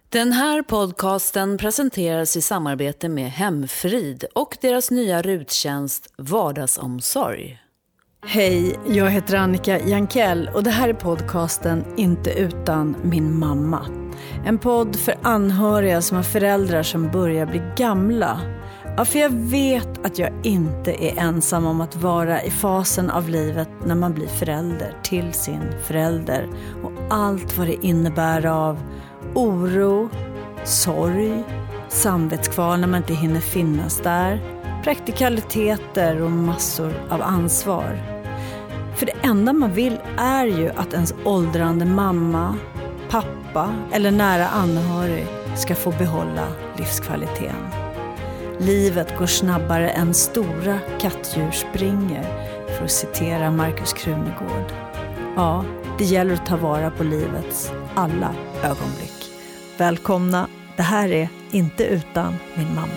Den här podcasten presenteras i samarbete med Hemfrid och deras nya RUT-tjänst Vardagsomsorg. Hej, jag heter Annika Jankell och det här är podcasten Inte utan min mamma. En podd för anhöriga som har föräldrar som börjar bli gamla. Ja, för jag vet att jag inte är ensam om att vara i fasen av livet när man blir förälder till sin förälder. Och allt vad det innebär av oro, sorg, samvetskval när man inte hinner finnas där, praktikaliteter och massor av ansvar. För det enda man vill är ju att ens åldrande mamma, pappa eller nära anhörig ska få behålla livskvaliteten. Livet går snabbare än stora kattdjur springer, för att citera Markus Krunegård. Ja, det gäller att ta vara på livets alla ögonblick. Välkomna, det här är Inte utan min mamma.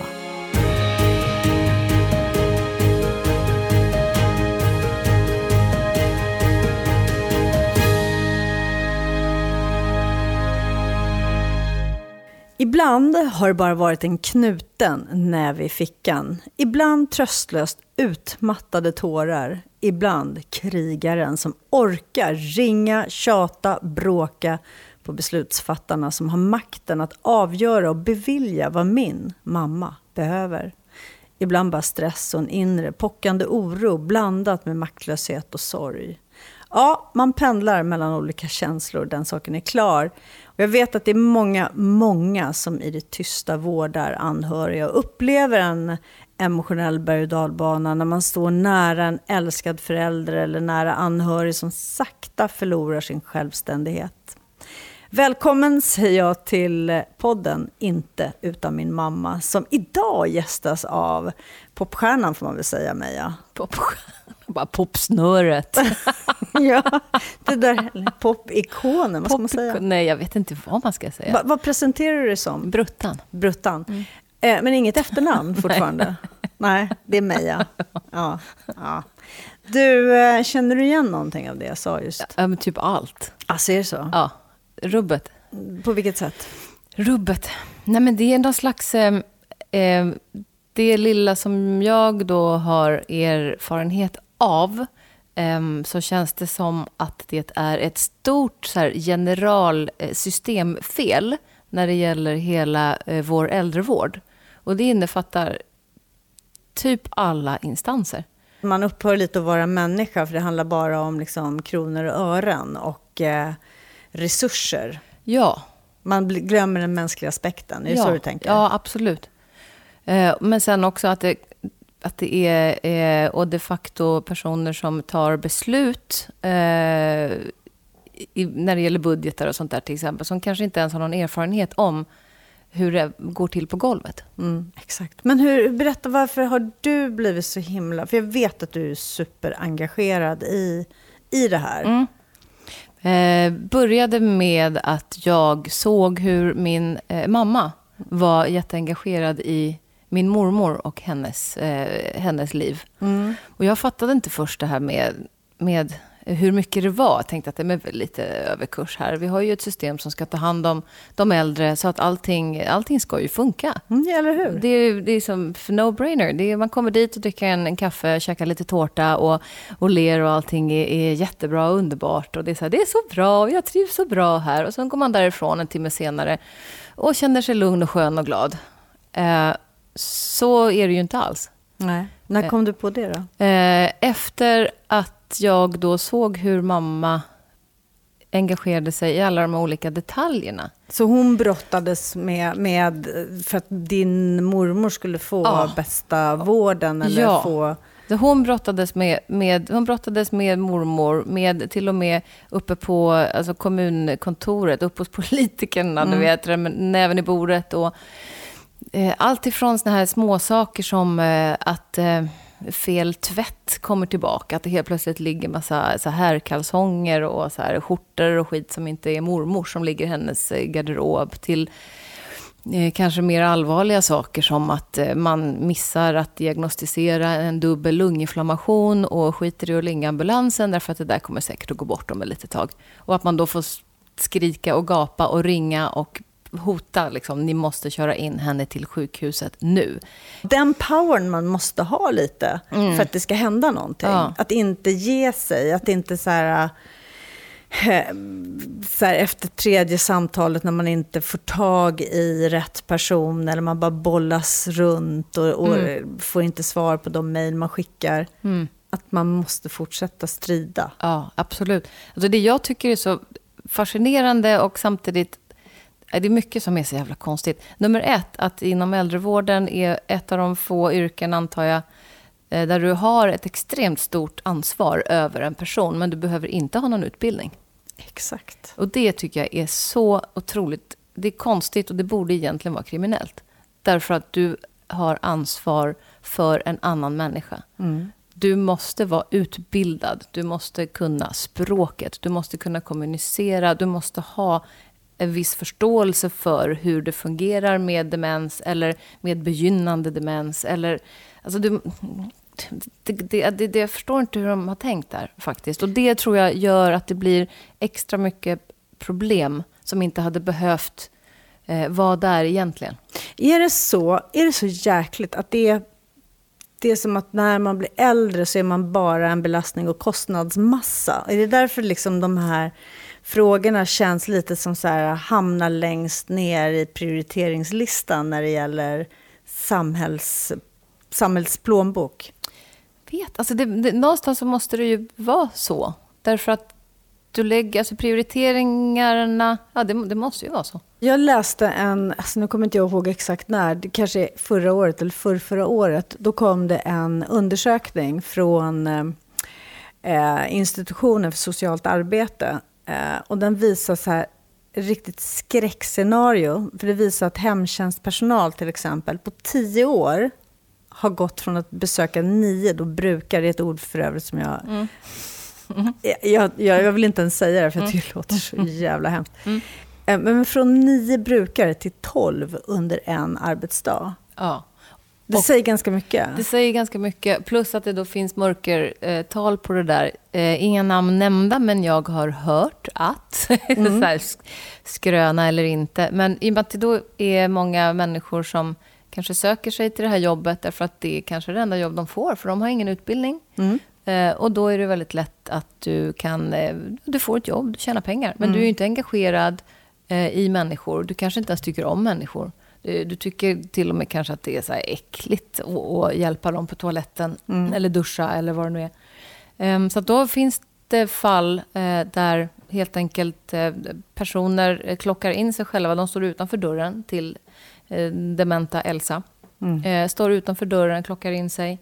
Ibland har det bara varit en knuten näve i fickan. Ibland tröstlöst utmattade tårar. Ibland krigaren som orkar ringa, tjata, bråka på beslutsfattarna som har makten att avgöra och bevilja vad min mamma behöver. Ibland bara stress och en inre pockande oro blandat med maktlöshet och sorg. Ja, man pendlar mellan olika känslor, den saken är klar. Och jag vet att det är många som i det tysta vårdar anhöriga och upplever en emotionell berg- och dalbana när man står nära en älskad förälder eller nära anhörig som sakta förlorar sin självständighet. Välkommen säger jag till podden Inte utan min mamma, som idag gästas av popstjärnan får man väl säga, Meja. Popstjärnan, bara popsnöret. Ja, det där popikonen, vad ska man säga? Nej, jag vet inte vad man ska säga. Vad presenterar du det som? Bruttan. Men inget efternamn fortfarande? Nej, det är Meja. Ja. Du, känner du igen någonting av det jag sa just? Ja, men typ allt. Alltså är det så? Ja, rubbet. På vilket sätt? Rubbet. Nej, men det är någon slags... det lilla som jag då har erfarenhet av, så känns det som att det är ett stort så här, generalsystemfel när det gäller hela vår äldrevård. Och det innefattar typ alla instanser. Man upphör lite att vara människa, för det handlar bara om liksom, kronor och ören och resurser. Ja. Man glömmer den mänskliga aspekten, är det så du tänker? Ja, absolut. Men sen också att det är och de facto personer som tar beslut när det gäller budgetar och sånt där till exempel, som kanske inte ens har någon erfarenhet om hur det går till på golvet. Exakt. Men berätta, varför har du blivit så himla... För jag vet att du är superengagerad i det här. Började med att jag såg hur min mamma var jätteengagerad i min mormor och hennes liv. Och jag fattade inte först det här med hur mycket det var. Jag tänkte att det är väl lite överkurs här. Vi har ju ett system som ska ta hand om de äldre så att allting ska ju funka. Eller hur? Det är som för no-brainer. Man kommer dit och dricker en kaffe, käkar lite tårta och ler och allting är jättebra och underbart. Och det är så här, det är så bra och jag trivs så bra här. Och sen går man därifrån en timme senare och känner sig lugn och skön och glad. Så är det ju inte alls. Nej. När kom du på det då? Efter att jag då såg hur mamma engagerade sig i alla de olika detaljerna. Så hon brottades med för att din mormor skulle få bästa vården? Eller få... Så hon brottades med mormor, med till och med uppe på alltså kommunkontoret, uppe hos politikerna, du vet, näven i bordet och allt ifrån såna här små saker som att fel tvätt kommer tillbaka, att det helt plötsligt ligger massa så här kalsonger och så här skjortor och skit som inte är mormor som ligger i hennes garderob, till kanske mer allvarliga saker som att man missar att diagnostisera en dubbel lunginflammation och skiter i att ringa ambulansen därför att det där kommer säkert att gå bort om ett litet tag. Och att man då får skrika och gapa och ringa och hota, liksom, ni måste köra in henne till sjukhuset nu. Den powern man måste ha lite för att det ska hända någonting. Ja. Att inte ge sig, att inte så här efter tredje samtalet när man inte får tag i rätt person eller man bara bollas runt och får inte svar på de mejl man skickar. Att man måste fortsätta strida. Ja, absolut. Alltså det jag tycker är så fascinerande och samtidigt är det mycket som är så jävla konstigt. Nummer 1, att inom äldrevården är ett av de få yrken, antar jag, där du har ett extremt stort ansvar över en person, men du behöver inte ha någon utbildning. Exakt. Och det tycker jag är så otroligt, det är konstigt och det borde egentligen vara kriminellt. Därför att du har ansvar för en annan människa. Du måste vara utbildad, du måste kunna språket, du måste kunna kommunicera, du måste ha en viss förståelse för hur det fungerar med demens eller med begynnande demens. Eller, alltså jag förstår inte hur de har tänkt där faktiskt. Och det tror jag gör att det blir extra mycket problem som inte hade behövt vara där egentligen. Är det så jäkligt att det är som att när man blir äldre så är man bara en belastning och kostnadsmassa? Är det därför liksom de här frågorna känns lite som så här, hamnar längst ner i prioriteringslistan när det gäller samhällsplånbok? Alltså någonstans så måste det ju vara så. Därför att du lägger, alltså prioriteringarna, ja det måste ju vara så. Jag läste nu kommer inte jag ihåg exakt när, det kanske är förra året eller förra året, då kom det en undersökning från institutionen för socialt arbete. Och den visar så här riktigt skräckscenario. För det visar att hemtjänstpersonal till exempel på 10 år har gått från att besöka 9, då brukar det ett ord för övrigt som jag vill inte ens säga det för det låter så jävla hemskt. Men från 9 brukare till 12 under en arbetsdag. Ja. Det säger ganska mycket. Det säger ganska mycket. Plus att det då finns mörkertal på det där. Inga namn nämnda, men jag har hört att så här, skröna eller inte. Men i och med att det då är många människor som kanske söker sig till det här jobbet därför att det är kanske det enda jobb de får, för de har ingen utbildning. Och då är det väldigt lätt att du får ett jobb, du tjänar pengar. Men du är ju inte engagerad i människor. Du kanske inte ens tycker om människor. Du tycker till och med kanske att det är så här äckligt att hjälpa dem på toaletten eller duscha eller vad det nu är. Så att då finns det fall där helt enkelt personer klockar in sig själva. De står utanför dörren till dementa Elsa. Står utanför dörren, klockar in sig.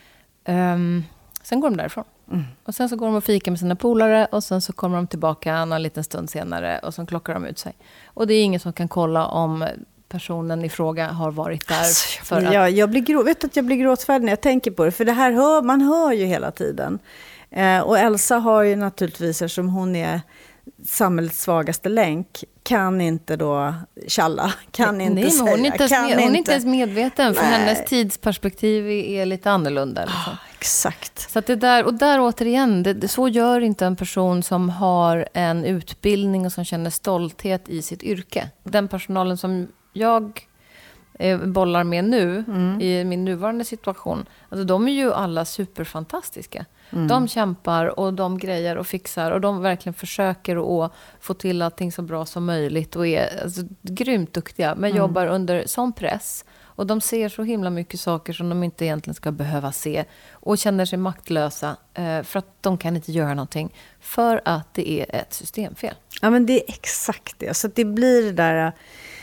Sen går de därifrån. Och sen så går de och fikar med sina polare och sen så kommer de tillbaka en liten stund senare och så klockar de ut sig. Och det är ingen som kan kolla om personen i fråga har varit där. Alltså, jag blir gråtfärdig när jag tänker på det. För det här man hör ju hela tiden. Och Elsa har ju naturligtvis, eftersom hon är samhällets svagaste länk, kan inte då tjalla, kan inte säga. Hon är inte ens medveten, för hennes tidsperspektiv är lite annorlunda. Liksom. Exakt. Så att där återigen, så gör inte en person som har en utbildning och som känner stolthet i sitt yrke. Den personalen som jag bollar med nu i min nuvarande situation, alltså de är ju alla superfantastiska. De kämpar och de grejer och fixar och de verkligen försöker att få till allting så bra som möjligt och är alltså grymt duktiga, men jobbar under sån press. Och de ser så himla mycket saker som de inte egentligen ska behöva se. Och känner sig maktlösa för att de kan inte göra någonting. För att det är ett systemfel. Ja, men det är exakt det. Så det blir det där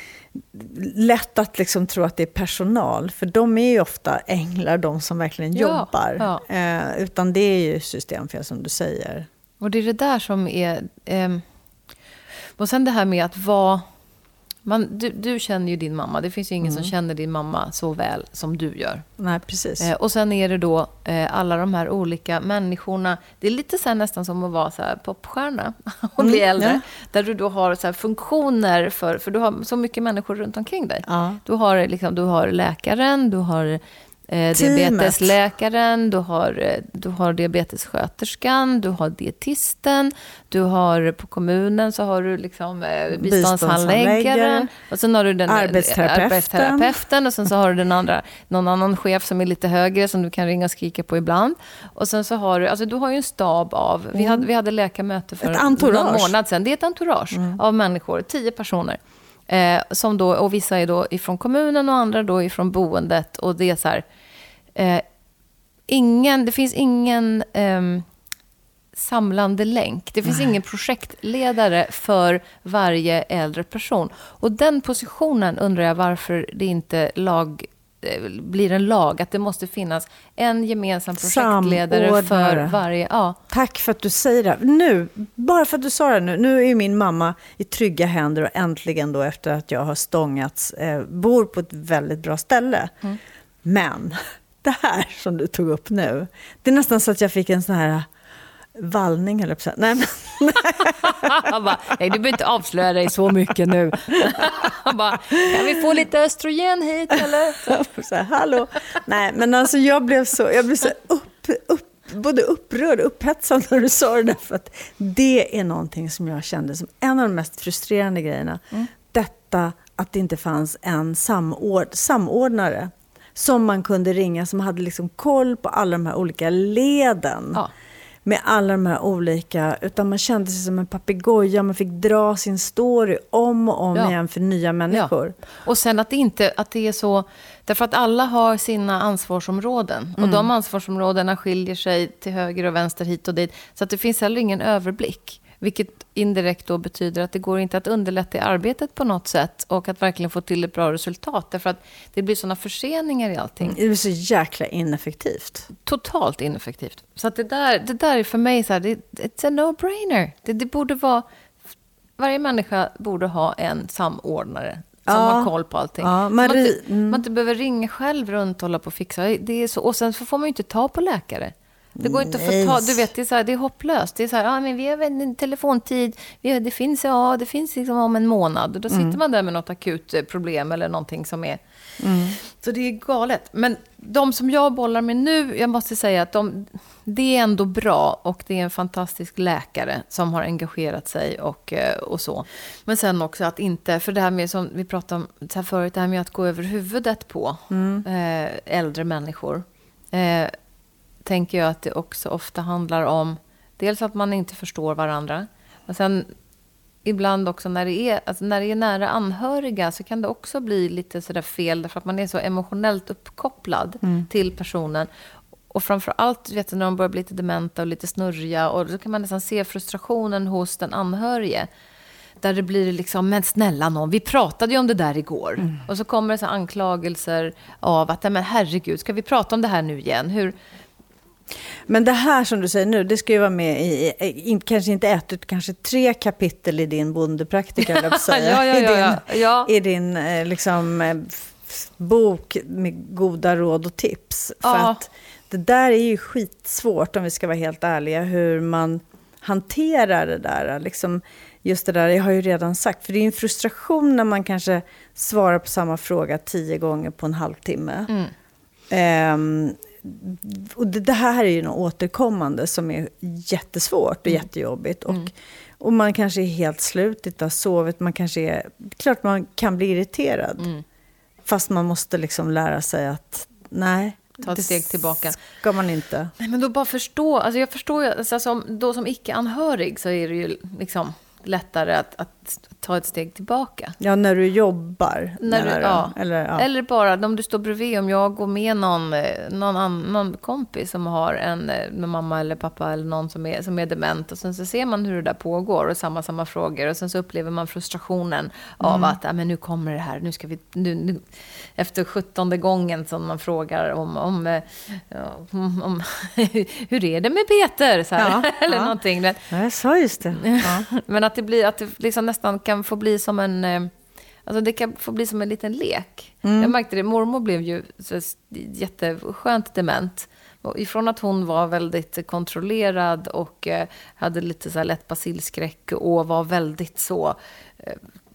lätt att liksom tro att det är personal. För de är ju ofta änglar, de som verkligen jobbar. Ja. Utan det är ju systemfel som du säger. Och det är det där som är... och sen det här med att vara... Du känner ju din mamma. Det finns ju ingen som känner din mamma så väl som du gör. Nej, precis. Och sen är det då alla de här olika människorna. Det är lite så här nästan som att vara så här popstjärna och bli äldre. Ja. Där du då har så här funktioner för du har så mycket människor runt omkring dig. Ja. Du har läkaren, du har diabetesläkaren, du har diabetessköterskan, du har dietisten, du har på kommunen så har du liksom biståndshandläggaren och sen har du den arbetsterapeuten och sen så har du någon annan chef som är lite högre som du kan ringa och skrika på ibland. Och sen så har du, alltså du har ju en stab av, vi hade läkarmöte för någon månad sedan. Det är ett entourage av människor, 10 personer. Som då, och vissa är då ifrån kommunen och andra då ifrån boendet. Och det är så här, det finns ingen samlande länk. Det finns ingen projektledare för varje äldre person. Och den positionen undrar jag varför det inte blir en lag. Att det måste finnas en gemensam projektledare för varje. Ja. Tack för att du säger det. Nu, bara för att du sa det nu är min mamma i trygga händer och äntligen då efter att jag har stångats bor på ett väldigt bra ställe. Men det här som du tog upp nu, det är nästan så att jag fick en sån här vallning eller så. Nej, nej, du behöver inte avslöja dig så mycket nu. Bara, kan vi få lite östrogen hit eller? Så här, hallå. Nej, men alltså jag blev så både upprörd och upphetsad när du sa det där, för att det är någonting som jag kände som en av de mest frustrerande grejerna. Detta att det inte fanns en samordnare som man kunde ringa, som hade liksom koll på alla de här olika leden. Ja. Med alla de här olika, utan man kände sig som en papegoja, man fick dra sin story om och om igen för nya människor. Ja. Och sen att det är så, därför att alla har sina ansvarsområden. Och de ansvarsområdena skiljer sig till höger och vänster hit och dit. Så att det finns heller ingen överblick. Vilket indirekt då betyder att det går inte att underlätta i arbetet på något sätt och att verkligen få till ett bra resultat. Därför att det blir sådana förseningar i allting. Det är så jäkla ineffektivt. Totalt ineffektivt. Så att det där är för mig så här, it's a no-brainer. Det borde vara, varje människa borde ha en samordnare som har koll på allting. Ja, man inte behöver ringa själv runt och hålla på och fixa. Det är så, och sen får man ju inte ta på läkare. Det går inte att få ta, du vet, det är så här, det är hopplöst. Det är så här, men vi har en telefontid, det finns liksom om en månad. Och då sitter man där med något akut problem eller någonting som är. Så det är galet. Men de som jag bollar med nu, jag måste säga att det är ändå bra och det är en fantastisk läkare som har engagerat sig och så. Men sen också att inte, för det här med som vi pratade om så här förut, det här med att gå över huvudet på äldre människor. Tänker jag att det också ofta handlar om dels att man inte förstår varandra. Men sen ibland också när det är nära anhöriga så kan det också bli lite sådär fel. Därför att man är så emotionellt uppkopplad till personen. Och framförallt vet du, när de börjar bli lite dementa och lite snurriga. Och då kan man nästan se frustrationen hos den anhörige. Där det blir liksom, men snälla någon, vi pratade ju om det där igår. Och så kommer det så anklagelser av att, men herregud, ska vi prata om det här nu igen? Men det här som du säger nu, det ska ju vara med i kanske inte ett, utan kanske 3 kapitel i din bondepraktika, i din liksom bok med goda råd och tips. För att det där är ju skitsvårt, om vi ska vara helt ärliga, hur man hanterar det där. Liksom, just det där, jag har ju redan sagt, för det är en frustration när man kanske svarar på samma fråga 10 gånger på en halvtimme. Och det här är ju något återkommande som är jättesvårt och jättejobbigt. Och man kanske är helt slut, inte har sovit. Man kanske är, klart man kan bli irriterad. Fast man måste liksom lära sig att nej, ta ett steg tillbaka. Ska man inte. Nej, men då bara förstå. Alltså jag förstår ju, alltså som icke-anhörig så är det ju liksom lättare att ta ett steg tillbaka. Ja, när du jobbar. Eller bara om du står bredvid, om jag går med någon kompis som har en mamma eller pappa eller någon som är dement, och sen så ser man hur det där pågår och samma frågor, och sen så upplever man frustrationen av att men nu kommer det här, nu ska vi nu efter 17:e gången som man frågar om hur är det med Peter så här, eller någonting. Ja, jag sa just det. Ja. Men att det blir, att det liksom nästan kan få bli som en, alltså det kan få bli som en liten lek. Jag märkte det, mormor blev ju så jätteskönt dement. Och ifrån att hon var väldigt kontrollerad och hade lite så här lätt basilskräck och var väldigt så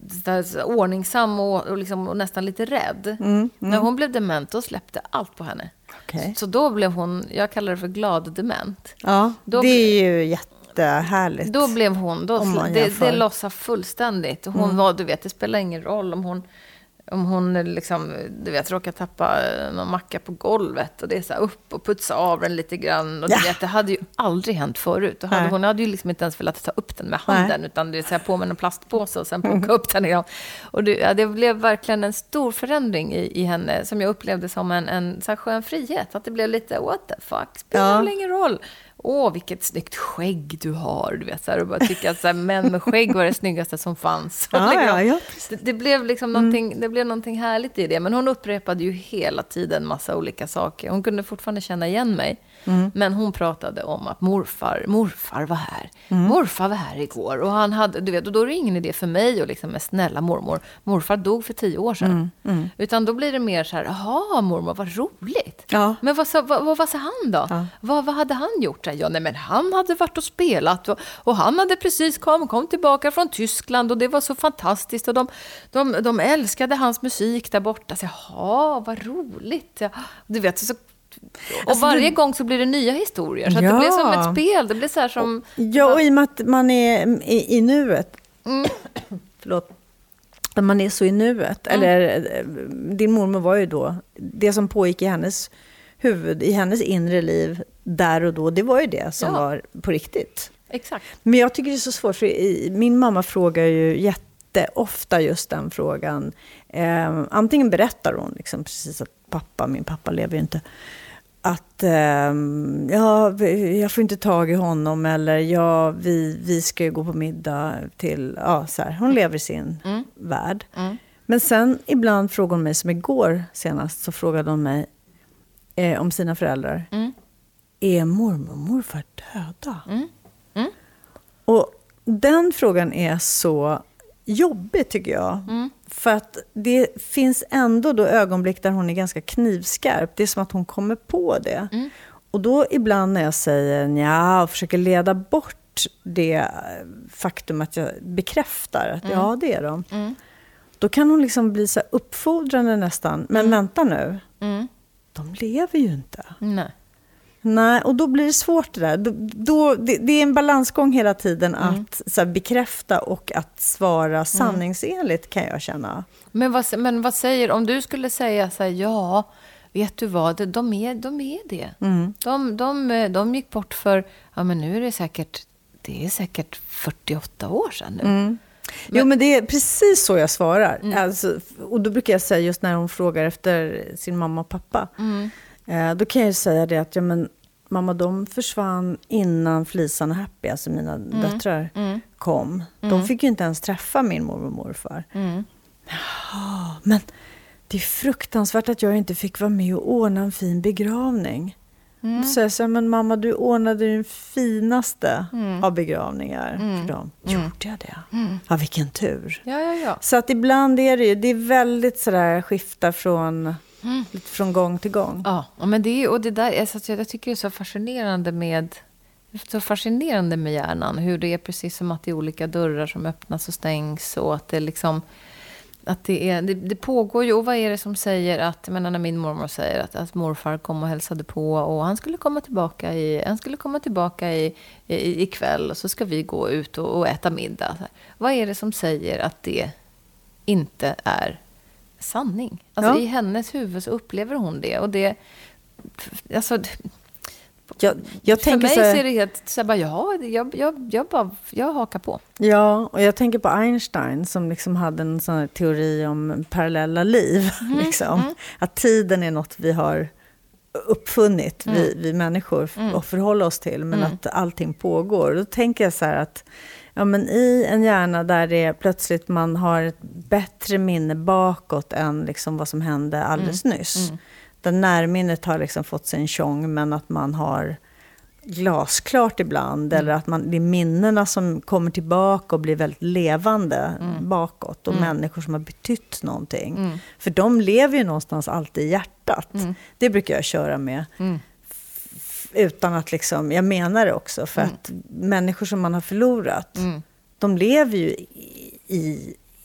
ordningsam och, liksom, och nästan lite rädd. När hon blev dement, då släppte allt på henne. Okay. Så då blev hon, jag kallar det för glad dement. Ja, då det är ju jättehärligt. Då blev hon, det lossade fullständigt. Hon var, du vet, det spelar ingen roll om hon liksom, du vet, råkar tappa någon macka på golvet och det är så här upp och putsa av den lite grann. Och du vet, det hade ju aldrig hänt förut. Hon hade ju liksom inte ens velat ta upp den med handen. Nej. Utan det är så här på med en plastpåse och sen plocka upp den igen. Och det blev verkligen en stor förändring i henne som jag upplevde som en så här skön frihet. Att det blev lite, what the fuck, spelar väl ingen roll. Vilket snyggt skägg du har, du vet, så här, och bara tycka att så här, män med skägg var det snyggaste som fanns. Det blev liksom någonting härligt i det, men hon upprepade ju hela tiden massa olika saker. Hon kunde fortfarande känna igen mig, men hon pratade om att morfar var här. Morfar var här igår och han hade, du vet, och då är det ingen idé för mig och liksom, snälla morfar dog för 10 år sedan. Utan då blir det mer så här, jaha mormor, vad roligt. Ja. Men vad sa han då? Ja. Vad hade han gjort? Ja, nej, men han hade varit och spelat och han hade precis kom tillbaka från Tyskland och det var så fantastiskt och de älskade hans musik där borta. Så, jaha, vad roligt. Ja, du vet, så och varje gång så blir det nya historier. Så att det blir som ett spel. Det blir så här som... Ja, och i och med att man är i nuet. Förlåt. Man är så i nuet. Eller din mormor var ju då... Det som pågick i hennes huvud, i hennes inre liv där och då, det var ju det som var på riktigt. Exakt. Men jag tycker det är så svårt, för min mamma frågar ju jätteofta just den frågan. Antingen berättar hon liksom precis att min pappa lever ju inte, att jag får inte tag i honom, eller vi ska ju gå på middag till, så här. Hon lever i sin värld. Men sen ibland frågar hon mig, som igår senast så frågade hon mig om sina föräldrar. Är mormor och morfar döda? Och den frågan är så jobbig, tycker jag. För att det finns ändå då ögonblick där hon är ganska knivskarp. Det är som att hon kommer på det. Och då ibland när jag säger och försöker leda bort det faktum att jag bekräftar att det är de. Då kan hon liksom bli så uppfordrande nästan. Men vänta nu. De lever ju inte. Nej, och då blir det svårt det där. Det är en balansgång hela tiden att så här, bekräfta och att svara sanningsenligt, kan jag känna. Men vad säger, om du skulle säga så här, vet du vad, de är det. De gick bort för, men nu är det är säkert 48 år sedan nu. Jo, men det är precis så jag svarar. Alltså, och då brukar jag säga, just när hon frågar efter sin mamma och pappa, då kan jag säga det att mamma, de försvann innan Flisan och Happy, alltså mina döttrar, kom. De fick ju inte ens träffa min mormor och morfar. Men det är fruktansvärt att jag inte fick vara med och ordna en fin begravning. Då säger jag så här, men mamma, du ordnade den finaste av begravningar för dem. Gjorde jag det? Ja, vilken tur. Ja. Så att ibland är det är väldigt sådär, skifta från gång till gång. Ja, men det där är så att jag tycker det är så fascinerande med hjärnan, hur det är precis som att det är olika dörrar som öppnas och stängs, och att det liksom att det pågår ju. Och vad är det som säger att, när min mormor säger att morfar kom och hälsade på och han skulle komma tillbaka i kväll och så ska vi gå ut och äta middag. Vad är det som säger att det inte är sanning? Alltså i hennes huvud så upplever hon det, och det alltså jag tänker för mig så är det helt så bara, jag hakar på. Ja, och jag tänker på Einstein som liksom hade en sån här teori om parallella liv. Att tiden är något vi har uppfunnit, vi människor, och förhålla oss till, men att allting pågår. Då tänker jag så här att men i en hjärna där det plötsligt man har ett bättre minne bakåt än liksom vad som hände alldeles nyss. Där närminnet har liksom fått sig en tjong, men att man har glasklart ibland, eller att det är minnena som kommer tillbaka och blir väldigt levande bakåt, och människor som har betytt någonting. För de lever ju någonstans alltid i hjärtat. Det brukar jag köra med. Utan att liksom, jag menar det också, för att människor som man har förlorat, de lever ju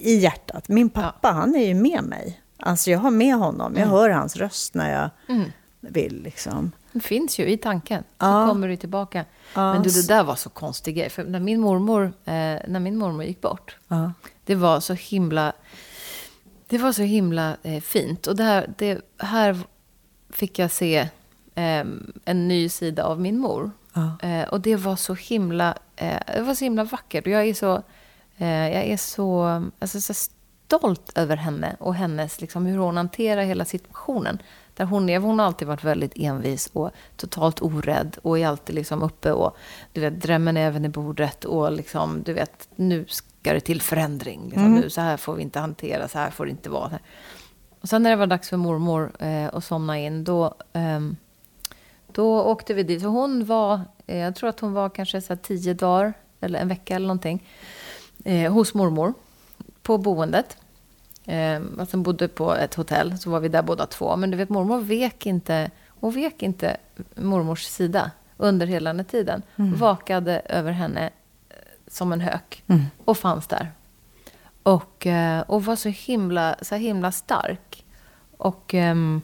i hjärtat. Min pappa, han är ju med mig. Alltså jag har med honom. Jag hör hans röst när jag vill liksom. Det finns ju i tanken. Så kommer du tillbaka. Men det där var så konstig grej. För när min mormor gick bort. Det var så himla... Det var så himla fint. Och det här fick jag se en ny sida av min mor. Och det var så himla vackert. Och jag är så stolt över henne och hennes liksom, hur hon hanterar hela situationen. Där hon har alltid varit väldigt envis och totalt orädd och är alltid liksom uppe och du vet, drämmer även i bordet och liksom, du vet, nu ska det till förändring. Liksom. Nu, så här får vi inte hantera, så här får det inte vara. Och sen när det var dags för mormor att somna in, då åkte vi dit. Så hon var, jag tror att hon var kanske så här 10 dagar eller en vecka eller någonting hos mormor på boendet. Alltså bodde på ett hotell, så var vi där båda två. Men du vet, mormor vek inte mormors sida under hela den tiden. Vakade över henne som en hök och fanns där. Och var så himla stark. Och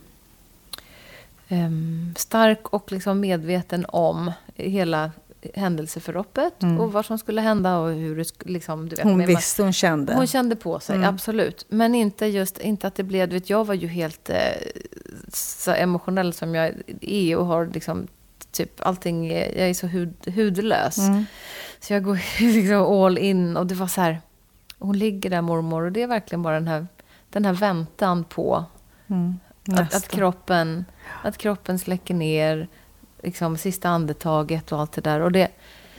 stark och liksom medveten om hela händelseförloppet och vad som skulle hända och hur det liksom, du vet, hon visste, hon kände på sig, absolut, men inte att det blev, du vet, jag var ju helt så emotionell som jag är och har liksom typ allting, jag är så hudlös så jag går liksom all in, och det var så här, hon ligger där mormor, och det är verkligen bara den här väntan på att kroppen släcker ner liksom sista andetaget och allt det där. Och det...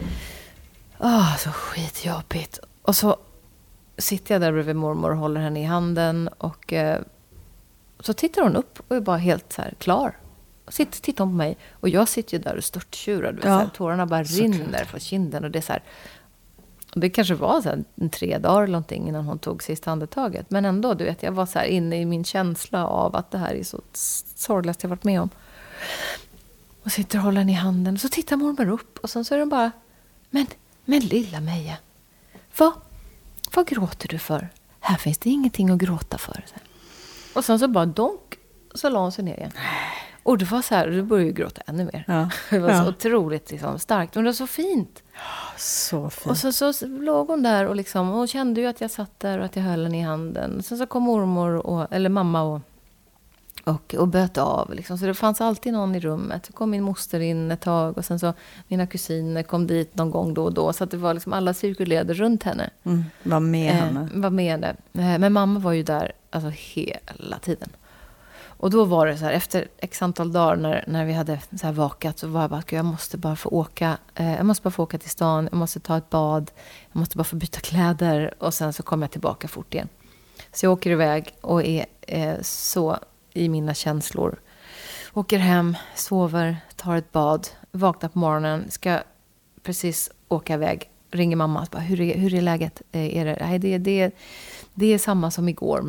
så skitjobbigt. Och så sitter jag där bredvid mormor och håller henne i handen. Och så tittar hon upp och är bara helt så här klar. Och tittar hon på mig. Och jag sitter ju där och störttjurad. Tårarna bara rinner från kinden. Och det är så här... Och det kanske var så här 3 dagar eller någonting innan hon tog sista andetaget. Men ändå, du vet, jag var så här inne i min känsla av att det här är så sorgligt jag varit med om. Och sitter och håller henne i handen. Och så tittar mormor upp. Och sen så är de bara... Men lilla Meja. Vad gråter du för? Här finns det ingenting att gråta för. Och sen så bara donk. Och så la hon sig ner igen. Och det var så här... Du började ju gråta ännu mer. Ja. Det var så otroligt liksom, starkt. Men det var så fint. Så fint. Och så låg hon där. Och liksom, hon kände ju att jag satt där. Och att jag höll henne i handen. Och sen så kom mormor eller mamma och böt av. Liksom. Så det fanns alltid någon i rummet. Så kom min moster in ett tag. Och sen så mina kusiner kom dit någon gång då och då. Så att det var liksom alla cirkulerade runt henne. Var med henne. Var med henne. Men mamma var ju där alltså, hela tiden. Och då var det så här, efter x antal dagar när vi hade så här vakat, så var jag bara, jag måste bara få åka till stan. Jag måste ta ett bad. Jag måste bara få byta kläder. Och sen så kommer jag tillbaka fort igen. Så jag åker iväg och är så... i mina känslor. Åker hem, sover, tar ett bad, vaknar på morgonen, ska precis åka iväg, ringer mamma och bara, hur är läget? Nej, det är samma som igår,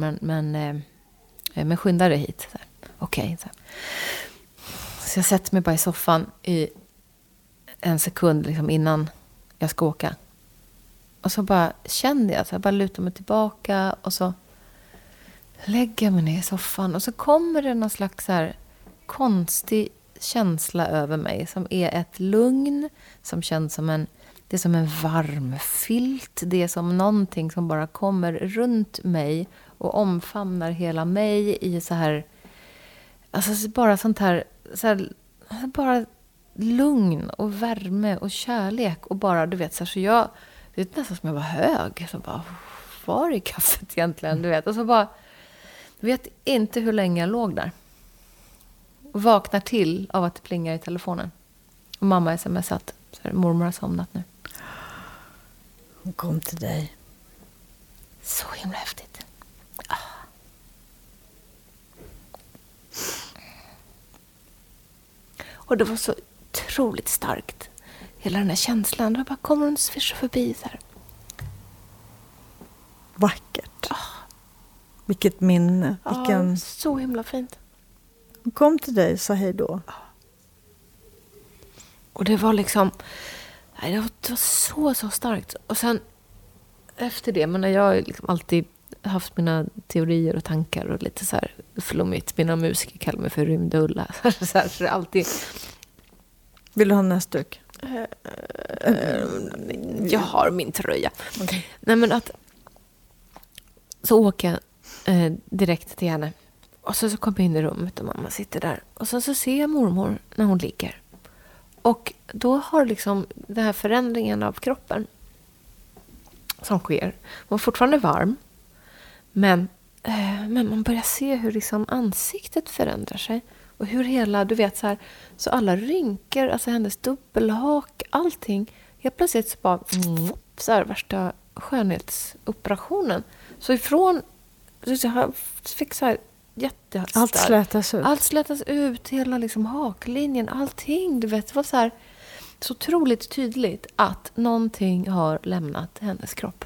men skynda dig hit. Okej. Så jag sätter mig bara i soffan i en sekund liksom, innan jag ska åka. Och så bara kände jag, så jag bara lutar mig tillbaka och så lägger mig ner i soffan och så kommer det någon slags så här konstig känsla över mig som är ett lugn, som känns som en varm filt. Det är som någonting som bara kommer runt mig och omfamnar hela mig i så här, alltså bara sånt här, så här, bara lugn och värme och kärlek och bara, du vet, så jag, det är nästan som jag var hög, så bara, var är kaffet egentligen, du vet, och så bara vet inte hur länge jag låg där. Och vaknar till av att det plingar i telefonen. Och mamma smsat. Så här, mormor har somnat nu. Hon kom till dig. Så himla häftigt. Och det var så otroligt starkt. Hela den här känslan. Då bara kommer hon svischa förbi så här. Vackert. Vilket minne. Ja, så himla fint. Hon kom till dig och sa hej då. Och det var liksom... Det var så starkt. Och sen efter det, men när jag liksom alltid haft mina teorier och tankar och lite så här flummigt. Mina musiker kallar mig för Rymdulla. Så alltid. Vill du ha en näsduk? Jag har min tröja. Okay. Nej, men att så åker jag direkt till henne. Och så kommer jag in i rummet och mamma sitter där. Och så ser jag mormor när hon ligger. Och då har liksom den här förändringen av kroppen som sker. Hon är fortfarande varm. Men man börjar se hur liksom ansiktet förändrar sig. Och hur hela, du vet så här, så alla rynkor, alltså hennes dubbelhak, allting. Helt plötsligt så bara, så här, värsta skönhetsoperationen. Så ifrån, så jag fick så här allt slätas ut. Allt slätas ut, hela liksom haklinjen, allting. Du vet, det var så här, så otroligt tydligt att någonting har lämnat hennes kropp.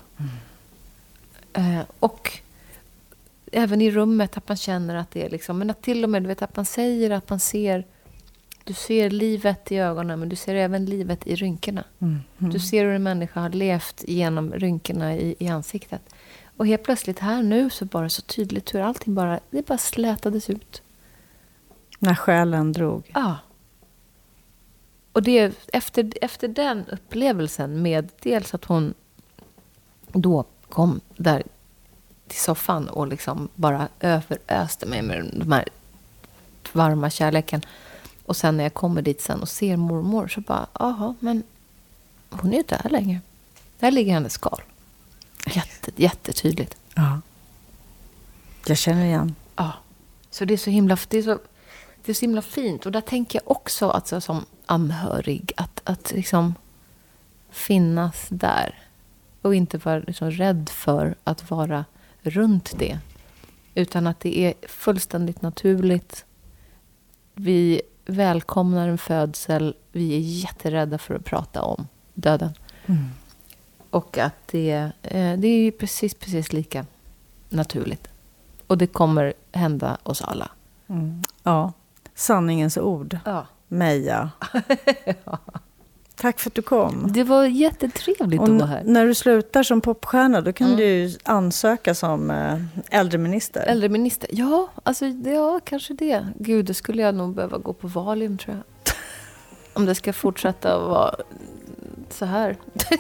Och även i rummet att man känner att det är liksom, men att till och med, du vet, att man säger att man ser, du ser livet i ögonen, men du ser även livet i rynkorna. Du ser hur en människa har levt genom rynkorna i ansiktet. Och helt plötsligt här nu så bara så tydligt hur allting det bara slätades ut. När själen drog. Ja. Och det efter den upplevelsen med dels att hon då kom där till soffan och liksom bara överöste mig med de här varma kärleken. Och sen när jag kommer dit sen och ser mormor så bara, aha, men hon är ju där längre. Där ligger hennes skal. Jättetydligt. Ja. Jag känner igen. Ja. Så det är så himla fint. Och där tänker jag också alltså, som anhörig att liksom finnas där. Och inte vara liksom rädd för att vara runt det. Utan att det är fullständigt naturligt. Vi välkomnar en födsel. Vi är jätterädda för att prata om döden. Och att det är ju precis lika naturligt. Och det kommer hända oss alla. Ja, sanningens ord. Ja. Meja. Ja. Tack för att du kom. Det var jättetrevligt att vara här. När du slutar som popstjärna, då kan du ansöka som äldreminister. Äldreminister? Ja, alltså, ja, kanske det. Gud, då skulle jag nog behöva gå på Valium, tror jag. Om det ska fortsätta att vara så här.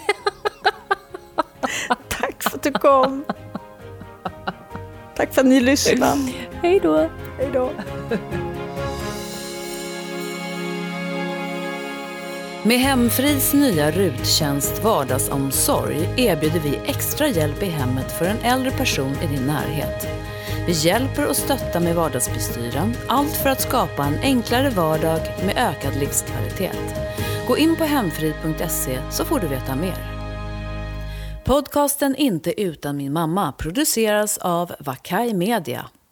Tack för att du kom. Tack för att ni lyssnade. Hej då. Hej då. Med Hemfrids nya RUT-tjänst Vardagsomsorg erbjuder vi extra hjälp i hemmet för en äldre person i din närhet. Vi hjälper och stöttar med vardagsbestyren, allt för att skapa en enklare vardag med ökad livskvalitet. Gå in på hemfrid.se så får du veta mer. Podcasten Inte utan min mamma produceras av Vakai Media.